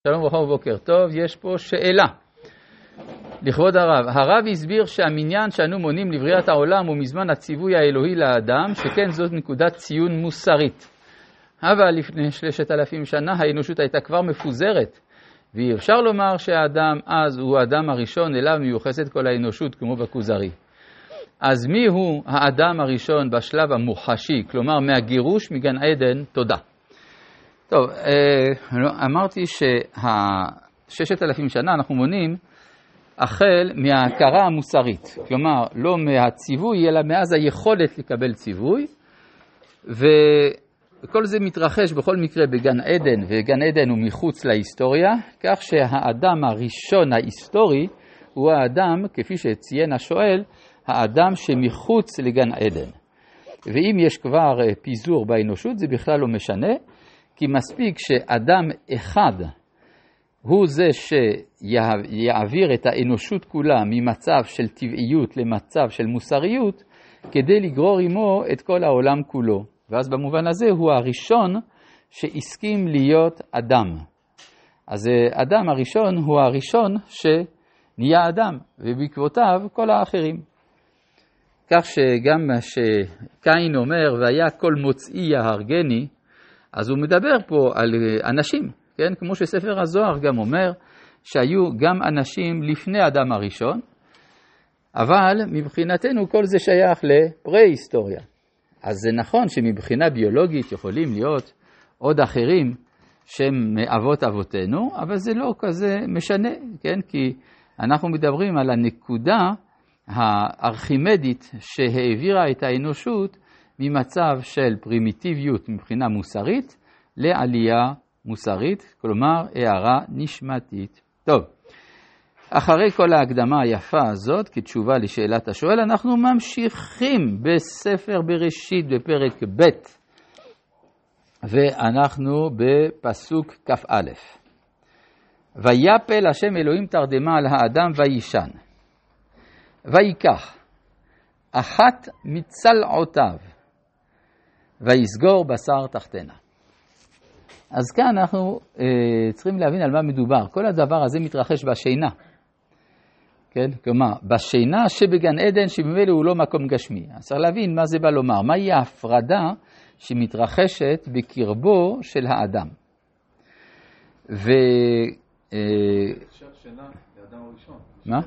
שלום וברכה ובוקר טוב, יש פה שאלה. לכבוד הרב הסביר שהמניין שאנו מונים לבריאת העולם הוא מזמן הציווי האלוהי לאדם, שכן זאת נקודת ציון מוסרית. אבל לפני 3,000 שנה האנושות הייתה כבר מפוזרת, ואי אפשר לומר שהאדם אז הוא האדם הראשון אליו מיוחסת כל האנושות כמו בכוזרי. אז מי הוא האדם הראשון בשלב המוחשי, כלומר מהגירוש מגן עדן? תודה. טוב, אמרתי ש6,000 שנה אנחנו מונים החל מההכרה המוסרית, כלומר לא מהציווי אלא מאז היכולת לקבל ציווי, וכל זה מתרחש בכל מקרה בגן עדן, וגן עדן הוא מחוץ להיסטוריה, כך שהאדם הראשון ההיסטורי הוא האדם, כפי שציין השואל, האדם שמחוץ לגן עדן. ואם יש כבר פיזור באנושות זה בכלל לא משנה, כי מספיק שאדם אחד הוא זה שיעביר את האנושות כולה ממצב של טבעיות למצב של מוסריות, כדי לגרור עמו את כל העולם כולו. ואז במובן הזה הוא הראשון שהסכים להיות אדם. אז אדם הראשון הוא הראשון שנהיה אדם, ובעקבותיו כל האחרים. כך שגם מה שקין אומר, והיה כל מוצאי יהרגני, אז הוא מדבר פה על אנשים, כן? כמו שספר הזוהר גם אומר, שהיו גם אנשים לפני אדם הראשון, אבל מבחינתנו כל זה שייך לפרה-היסטוריה. אז זה נכון שמבחינה ביולוגית יכולים להיות עוד אחרים שהם מאבות אבותינו, אבל זה לא כזה משנה, כן? כי אנחנו מדברים על הנקודה הארכימדית שהעבירה את האנושות ממצב של פרימיטיביות מבחינה מוסרית לעלייה מוסרית, כלומר הערה נשמתית. טוב, אחרי כל ההקדמה היפה הזאת, כתשובה לשאלת השואל, אנחנו ממשיכים בספר בראשית בפרק ב', ואנחנו בפסוק כ"א. ויפל השם אלוהים תרדמה על האדם וישן. ויקח אחת מצלעותיו ויסגור בשר תחתנה. אז כאן אנחנו צריכים להבין על מה מדובר. כל הדבר הזה מתרחש בשינה. כן? כלומר, בשינה שבגן עדן שבמילא הוא לא מקום גשמי. אז צריך להבין מה זה בא לומר. מהי ההפרדה שמתרחשת בקרבו של האדם. שינה לאדם הראשון. מה?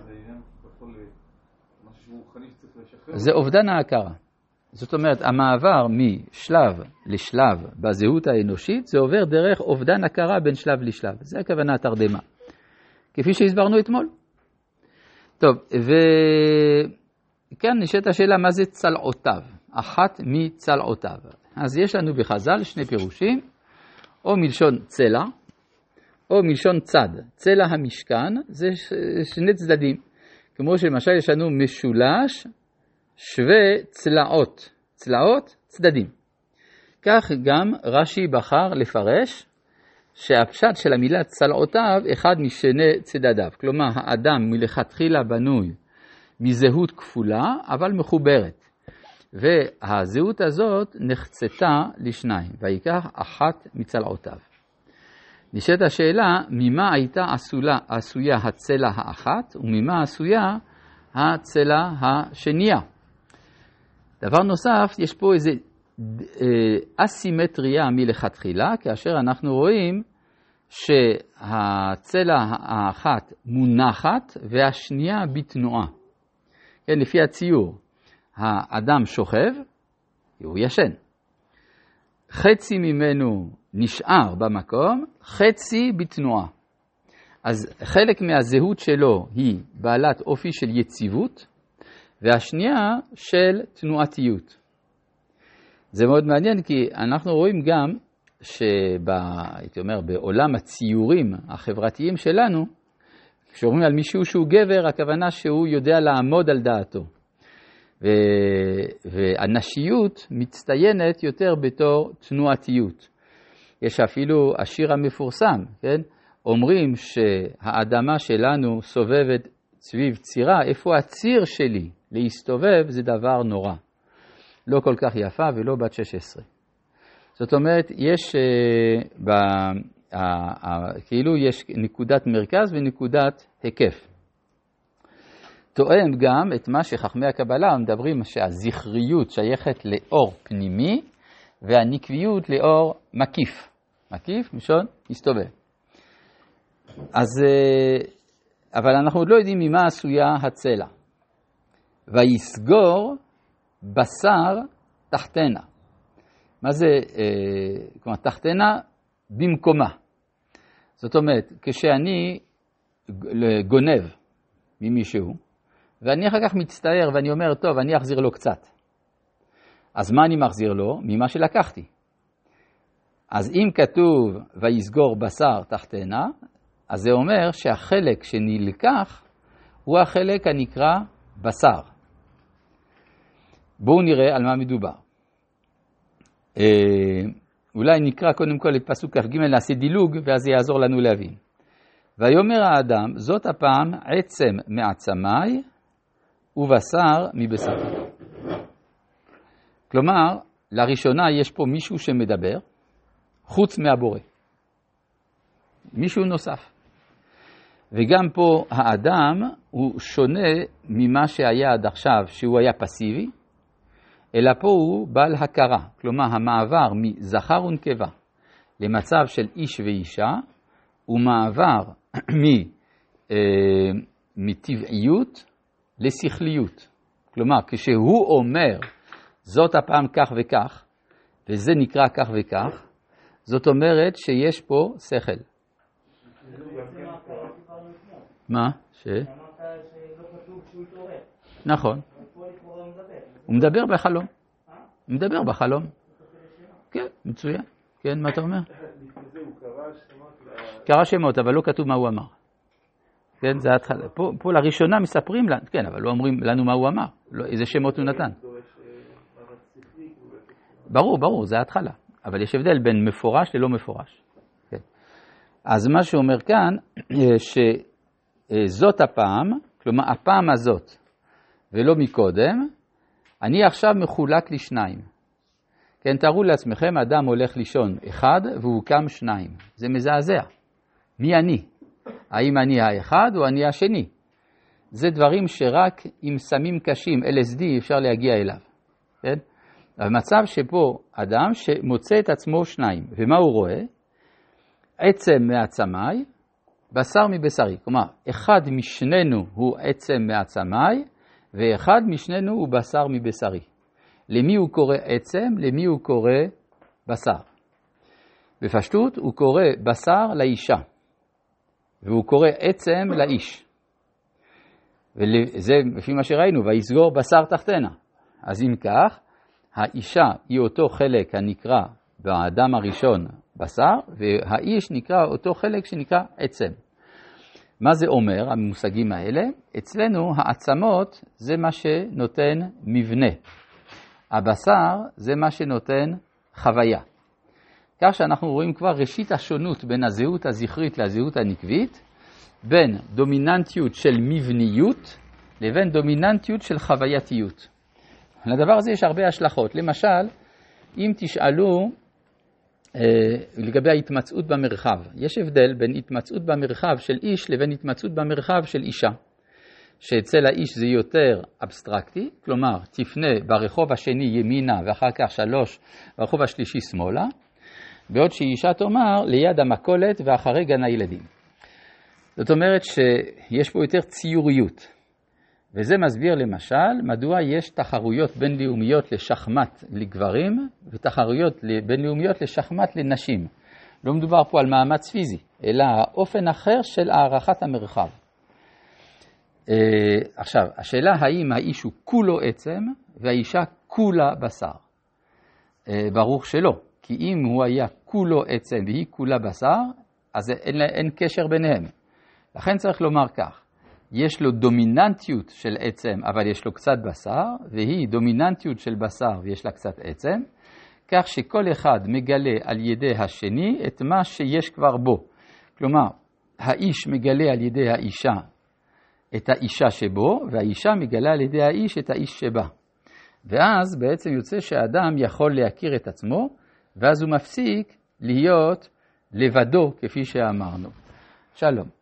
זה אובדן ההכרה. זאת אומרת, המעבר משלב לשלב בזהות האנושית, זה עובר דרך אובדן הכרה בין שלב לשלב. זה הכוונה התרדמה. כפי שהסברנו אתמול. טוב, וכאן נשאלת השאלה מה זה צלעותיו. אחת מצלעותיו. אז יש לנו בחז"ל שני פירושים, או מלשון צלע, או מלשון צד. צלע המשכן זה שני צדדים. כמו שלמשל יש לנו משולש שווה צלעות. צלעות, צדדים. כך גם רש"י בחר לפרש שהפשט של המילה צלעותיו אחד משני צדדיו. כלומר, האדם מלכתחילה בנוי מזהות כפולה, אבל מחוברת. והזהות הזאת נחצתה לשניים, ויקח אחת מצלעותיו. נשאלת השאלה, ממה הייתה עשויה הצלע האחת, וממה עשויה הצלע השנייה. דבר נוסף, יש פה איזו אסימטריה מלכתחילה, כאשר אנחנו רואים שהצלע האחת מונחת והשנייה בתנועה. כן, לפי הציור, האדם שוכב, הוא ישן. חצי ממנו נשאר במקום, חצי בתנועה. אז חלק מהזהות שלו היא בעלת אופי של יציבות, והשנייה של תנועתיות. זה מאוד מעניין כי אנחנו רואים גם הייתי אומר, בעולם הציורים החברתיים שלנו, כשאומרים על מישהו שהוא גבר, הכוונה שהוא יודע לעמוד על דעתו. והנשיות מצטיינת יותר בתור תנועתיות. יש אפילו השיר המפורסם, כן? אומרים שהאדמה שלנו סובבת סביב צירה, איפה הציר שלי להסתובב זה דבר נורא. לא כל כך יפה ולא בת 16. זאת אומרת, יש כאילו יש נקודת מרכז ונקודת היקף. תואם גם את מה שחכמי הקבלה מדברים שהזכריות שייכת לאור פנימי והנקביות לאור מקיף. מקיף, משון, מסתובב. אז, אבל אנחנו עוד לא יודעים ממה עשויה הצלע. ויסגור בשר תחתנה. מה זה, כלומר, תחתנה במקומה. זאת אומרת, כשאני גונב ממישהו, ואני אחר כך מצטער ואני אומר, טוב, אני אחזיר לו קצת. אז מה אני מחזיר לו? ממה שלקחתי. אז אם כתוב ויסגור בשר תחתנה, אז זה אומר שהחלק שנלקח הוא החלק הנקרא בשר. בואו נראה על מה מדובר. אולי נקרא קודם כל את פסוק כ"ג, נעשה דילוג ואז זה יעזור לנו להבין. ויאמר האדם, זאת הפעם עצם מעצמי ובשר מבשרי. כלומר, לראשונה יש פה מישהו שמדבר, חוץ מהבורא. מישהו נוסף. וגם פה האדם הוא שונה ממה שהיה עד עכשיו, שהוא היה פסיבי, אלא פה הוא בעל הכרה. כלומר, המעבר מזכר ונקבה למצב של איש ואישה, הוא מעבר מטבעיות לשכליות. כלומר, כשהוא אומר, זאת הפעם כך וכך, וזה נקרא כך וכך, זאת אומרת שיש פה שכל. מה? נכון. הוא מדבר בחלום. הוא מדבר בחלום. כן, מצוין. כן, מה אתה אומר? קרא שמות, אבל לא כתוב מה הוא אמר. כן, זה התחלה. פה לראשונה מספרים לנו, כן, אבל לא אומרים לנו מה הוא אמר. איזה שמות הוא נתן. ברור, זה ההתחלה. אבל יש הבדל בין מפורש ללא מפורש. כן. אז מה שאומר כאן, שזאת הפעם, כלומר הפעם הזאת, ולא מקודם, אני עכשיו מחולק לשניים. כן, תארו לעצמכם, אדם הולך לישון אחד והוא קם שניים. זה מזעזע. מי אני? האם אני האחד או אני השני? זה דברים שרק עם סמים קשים, LSD, אפשר להגיע אליו. כן? במצב שפה אדם שמוצא את עצמו שניים. ומה הוא רואה? עצם מעצמי, בשר מבשרי. כלומר, אחד משנינו הוא עצם מעצמי, ואחד משנינו הוא בשר מבשרי. למי הוא קורא עצם? למי הוא קורא בשר? בפשטות הוא קורא בשר לאישה, והוא קורא עצם לאיש. וזה לפי מה שראינו, ויסגור בשר תחתנה. אז אם כך, האישה היא אותו חלק הנקרא באדם הראשון בשר, והאיש נקרא אותו חלק שנקרא עצם. מה זה אומר, המושגים האלה? אצלנו העצמות זה מה שנותן מבנה. הבשר זה מה שנותן חוויה. כך שאנחנו רואים כבר ראשית השונות בין הזהות הזכרית לזהות הנקבית, בין דומיננטיות של מבניות לבין דומיננטיות של חווייתיות. לדבר הזה יש הרבה השלכות. למשל, אם תשאלו לגבי ההתמצאות במרחב, יש הבדל בין התמצאות במרחב של איש לבין התמצאות במרחב של אישה. שאצל האיש זה יותר אבסטרקטי, כלומר תפנה ברחוב השני ימינה ואחר כך 3 ברחוב השלישי שמאלה, בעוד שאישה תאמר ליד המכולת ואחרי גן הילדים. זאת אומרת שיש פה יותר ציוריות. וזה מסביר למשל מדוע יש תחרויות בינלאומיות לשחמט לגברים ותחרויות בינלאומיות לשחמט לנשים. לא מדובר פה על מאמץ פיזי, אלא האופן אחר של הערכת המרחב. עכשיו, השאלה האם האיש הוא כולו עצם והאישה כולה בשר. ברור שלא, כי אם הוא היה כולו עצם והיא כולה בשר, אז אין קשר ביניהם. לכן צריך לומר כך, יש לו דומיננטיות של עצם, אבל יש לו קצת בשר, והיא דומיננטיות של בשר ויש לה קצת עצם, כך שכל אחד מגלה על ידי השני את מה שיש כבר בו. כלומר, האיש מגלה על ידי האישה את האישה שבו, והאישה מגלה על ידי האיש את האיש שבה. ואז בעצם יוצא שהאדם יכול להכיר את עצמו, ואז הוא מפסיק להיות לבדו, כפי שאמרנו. שלום.